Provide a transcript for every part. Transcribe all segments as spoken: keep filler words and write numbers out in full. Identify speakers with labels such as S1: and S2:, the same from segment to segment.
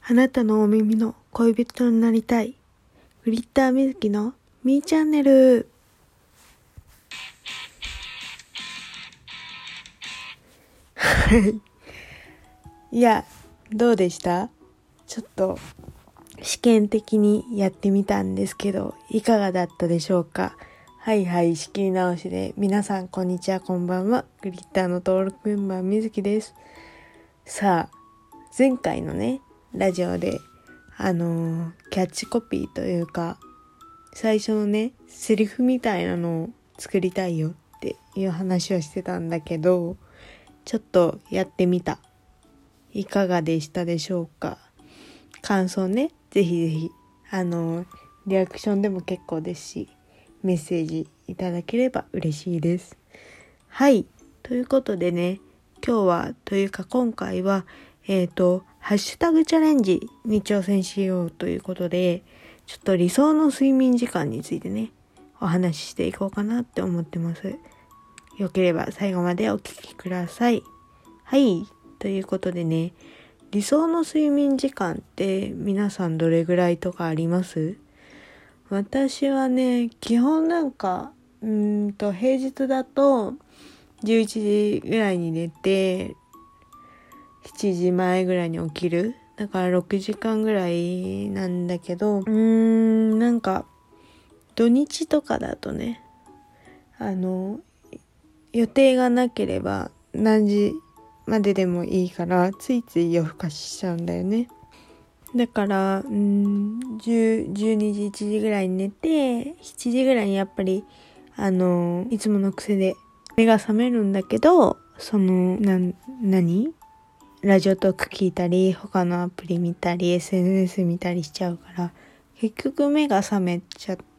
S1: あなたのお耳の恋人になりたい。グリッターみずきのみーチャンネル。はい。いや、どうでした？ちょっと試験的にやってみたんですけど、いかがだったでしょうか？はいはい、仕切り直しで。皆さんこんにちは、こんばんは。グリッターの登録メンバーみずきです。さあ、前回のね、ラジオであのー、キャッチコピーというか、最初のね、セリフみたいなのを作りたいよっていう話をしてたんだけど、ちょっとやってみた。いかがでしたでしょうか？感想ね、ぜひぜひ、あのー、リアクションでも結構ですし、メッセージいただければ嬉しいです。はい。ということでね、今日は、というか今回は、えっと、ハッシュタグチャレンジに挑戦しようということで、ちょっと理想の睡眠時間についてね、お話ししていこうかなって思ってます。よければ最後までお聞きください。はい。ということでね、理想の睡眠時間って皆さんどれぐらいとかあります？私はね、基本なんか、うーんと、平日だとじゅういちじぐらいに寝て、しちじまえぐらいに起きる。だからろくじかんぐらいなんだけど、うーん、なんか、土日とかだとね、あの、予定がなければ何時まででもいいから、ついつい夜更かししちゃうんだよね。だから、うーん、じゅう、じゅうにじ、いちじぐらいに寝て、しちじぐらいにやっぱり、あの、いつもの癖で目が覚めるんだけど、その、な、何ラジオトーク聞いたり、他のアプリ見たり、エスエヌエス 見たりしちゃうから、結局目が覚めちゃって、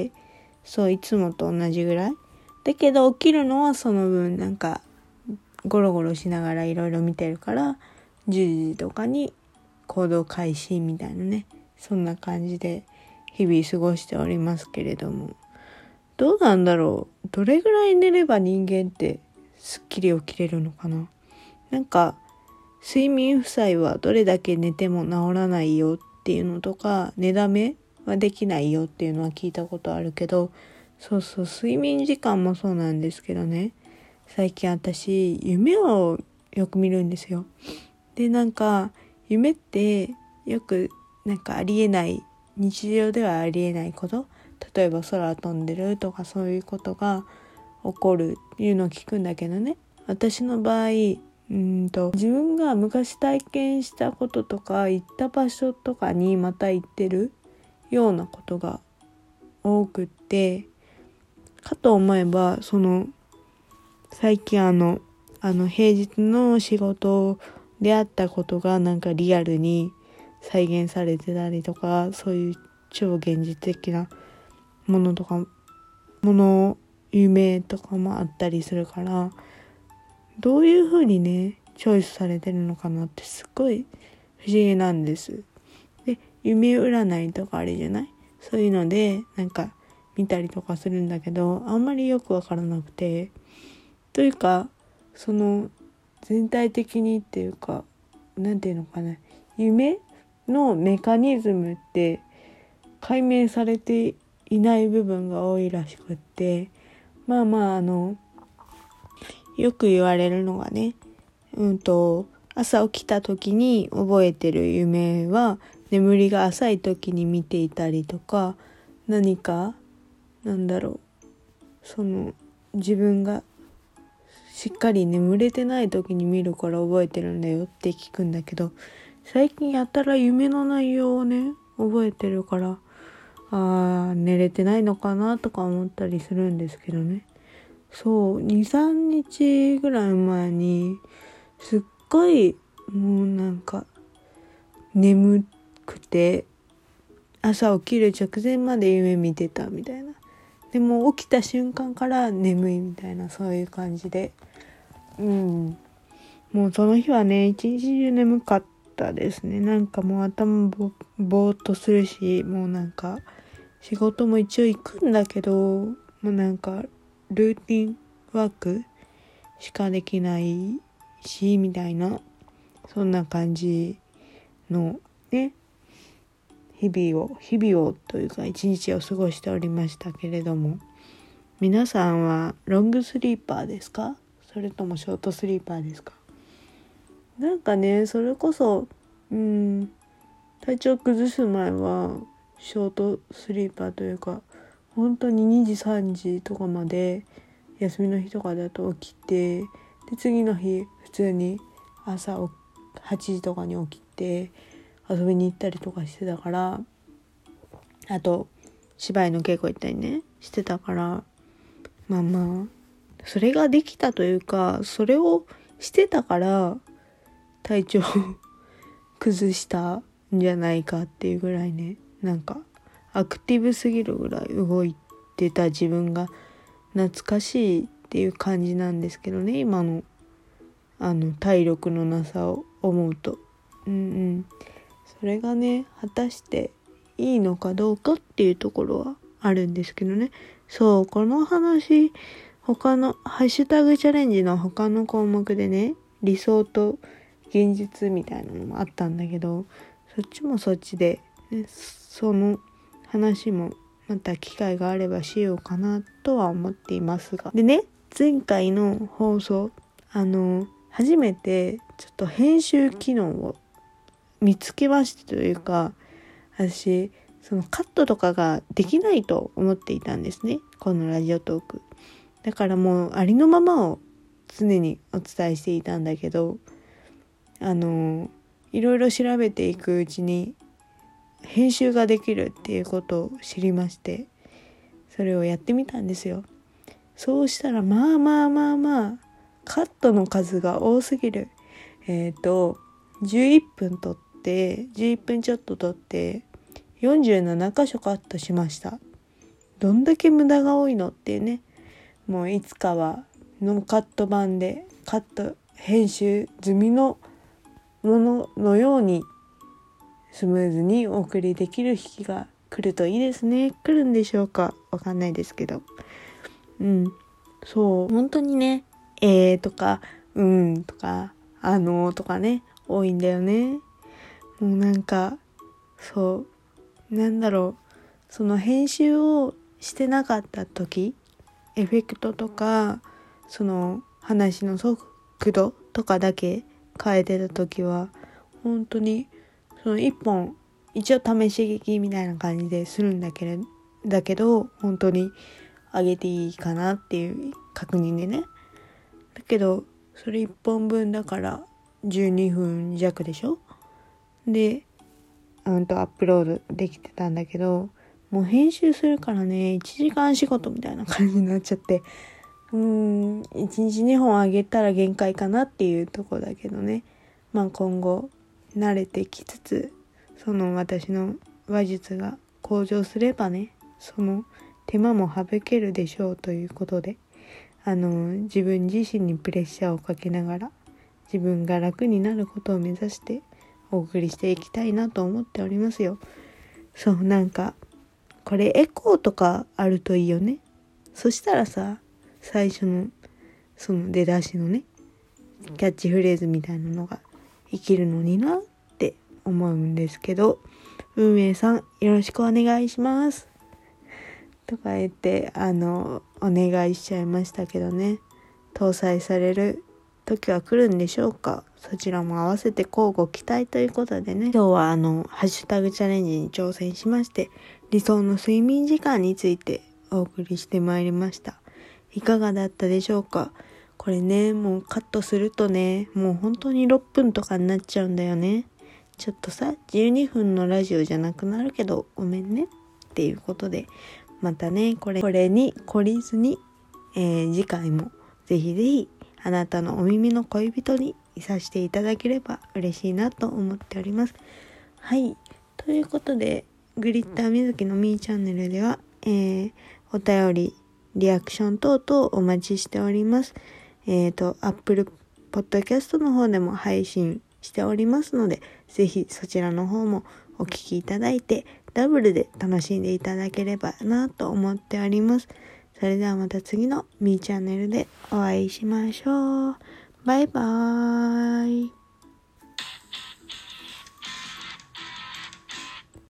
S1: そう、いつもと同じぐらい。だけど起きるのはその分なんか、ゴロゴロしながらいろいろ見てるから、じゅうじとかに行動開始みたいなね。そんな感じで日々過ごしておりますけれども。どうなんだろう。どれぐらい寝れば人間ってすっきり起きれるのかな。なんか、睡眠負債はどれだけ寝ても治らないよっていうのとか、寝だめはできないよっていうのは聞いたことあるけど、そうそう、睡眠時間もそうなんですけどね、最近私夢をよく見るんですよ。で、なんか夢ってよくなんかありえない、日常ではありえないこと、例えば空飛んでるとかそういうことが起こるっていうのを聞くんだけどね、私の場合うんと自分が昔体験したこととか行った場所とかにまた行ってるようなことが多くって、かと思えばその最近あのあの平日の仕事であったことがなんかリアルに再現されてたりとか、そういう超現実的なものとかもの夢とかもあったりするから、どういう風にねチョイスされてるのかなってすっごい不思議なんです。で、夢占いとかあれじゃない？そういうのでなんか見たりとかするんだけど、あんまりよくわからなくて、というかその全体的にっていうか、なんていうのかな、夢のメカニズムって解明されていない部分が多いらしくって、まあまああのよく言われるのがね、うんと朝起きた時に覚えてる夢は眠りが浅い時に見ていたりとか、何かなんだろう、その自分がしっかり眠れてない時に見るから覚えてるんだよって聞くんだけど、最近やたら夢の内容をね覚えてるから、あー寝れてないのかなとか思ったりするんですけどね。そう、に、さんにちぐらい前にすっごいもうなんか眠くて、朝起きる直前まで夢見てたみたいな。でも起きた瞬間から眠いみたいな、そういう感じで、うん、もうその日はね一日中眠かったですね。なんかもう頭ぼぼーっとするし、もうなんか仕事も一応行くんだけど、もうなんかルーティンワークしかできないしみたいな、そんな感じのね、日々を日々をというか一日を過ごしておりましたけれども、皆さんはロングスリーパーですか？それともショートスリーパーですか？なんかね、それこそうん体調崩す前はショートスリーパーというか、本当ににじさんじとかまで休みの日とかだと起きて、で次の日普通に朝はちじとかに起きて遊びに行ったりとかしてたから、あと芝居の稽古行ったりねしてたから、まあまあそれができたというか、それをしてたから体調崩したんじゃないかっていうぐらいね、なんかアクティブすぎるぐらい動いてた自分が懐かしいっていう感じなんですけどね、今のあの体力のなさを思うと、うんうん、それがね果たしていいのかどうかっていうところはあるんですけどね。そう、この話他のハッシュタグチャレンジの他の項目でね、理想と現実みたいなのもあったんだけど、そっちもそっちで、ね、その話もまた機会があればしようかなとは思っていますが、でね、前回の放送あの初めてちょっと編集機能を見つけましたというか、私そのカットとかができないと思っていたんですね、このラジオトークだから。もうありのままを常にお伝えしていたんだけど、あのいろいろ調べていくうちに編集ができるっていうことを知りまして、それをやってみたんですよ。そうしたらまあまあまあまあカットの数が多すぎる。えっとじゅういっぷん撮ってじゅういっぷんちょっと撮ってよんじゅうなな箇所カットしました。どんだけ無駄が多いのっていうね。もういつかはノーカット版でカット編集済みのもののようにスムーズにお送りできる日が来るといいですね。来るんでしょうか、わかんないですけど、うんそう本当にね、えーとかうんとかあのーとかね多いんだよね。もうなんかそうなんだろう、その編集をしてなかった時、エフェクトとかその話の速度とかだけ変えてた時は本当にその一本一応試し聞きみたいな感じでするんだけれだけど本当に上げていいかなっていう確認でね。だけどそれいっぽんぶんだからじゅうにふん弱でしょ。でうんとアップロードできてたんだけど、もう編集するからねいちじかん仕事みたいな感じになっちゃって、うーんいちにちにほんあげたら限界かなっていうとこだけどね。まあ今後慣れてきつつ、その私の話術が向上すればね、その手間も省けるでしょうということで、あの自分自身にプレッシャーをかけながら自分が楽になることを目指してお送りしていきたいなと思っておりますよ。そう、なんかこれエコーとかあるといいよね。そしたらさ、最初のその出だしのねキャッチフレーズみたいなのが生きるのになって思うんですけど、運営さんよろしくお願いしますとか言ってあのお願いしちゃいましたけどね、搭載される時は来るんでしょうか。そちらも合わせて交互期待ということでね、今日はあのハッシュタグチャレンジに挑戦しまして、理想の睡眠時間についてお送りしてまいりました。いかがだったでしょうか。これね、もうカットするとね、もう本当にろっぷんとかになっちゃうんだよね。ちょっとさ、じゅうにふんのラジオじゃなくなるけどごめんねっていうことで、またねこれこれに懲りずに、えー、次回もぜひぜひあなたのお耳の恋人にいさせていただければ嬉しいなと思っております。はい、ということでグリッターみずきのみーチャンネルでは、えー、お便りリアクション等々お待ちしております。えっと Apple Podcast の方でも配信しておりますので、ぜひそちらの方もお聞きいただいてダブルで楽しんでいただければなと思っております。それではまた次のみーチャンネルでお会いしましょう。バイバーイ。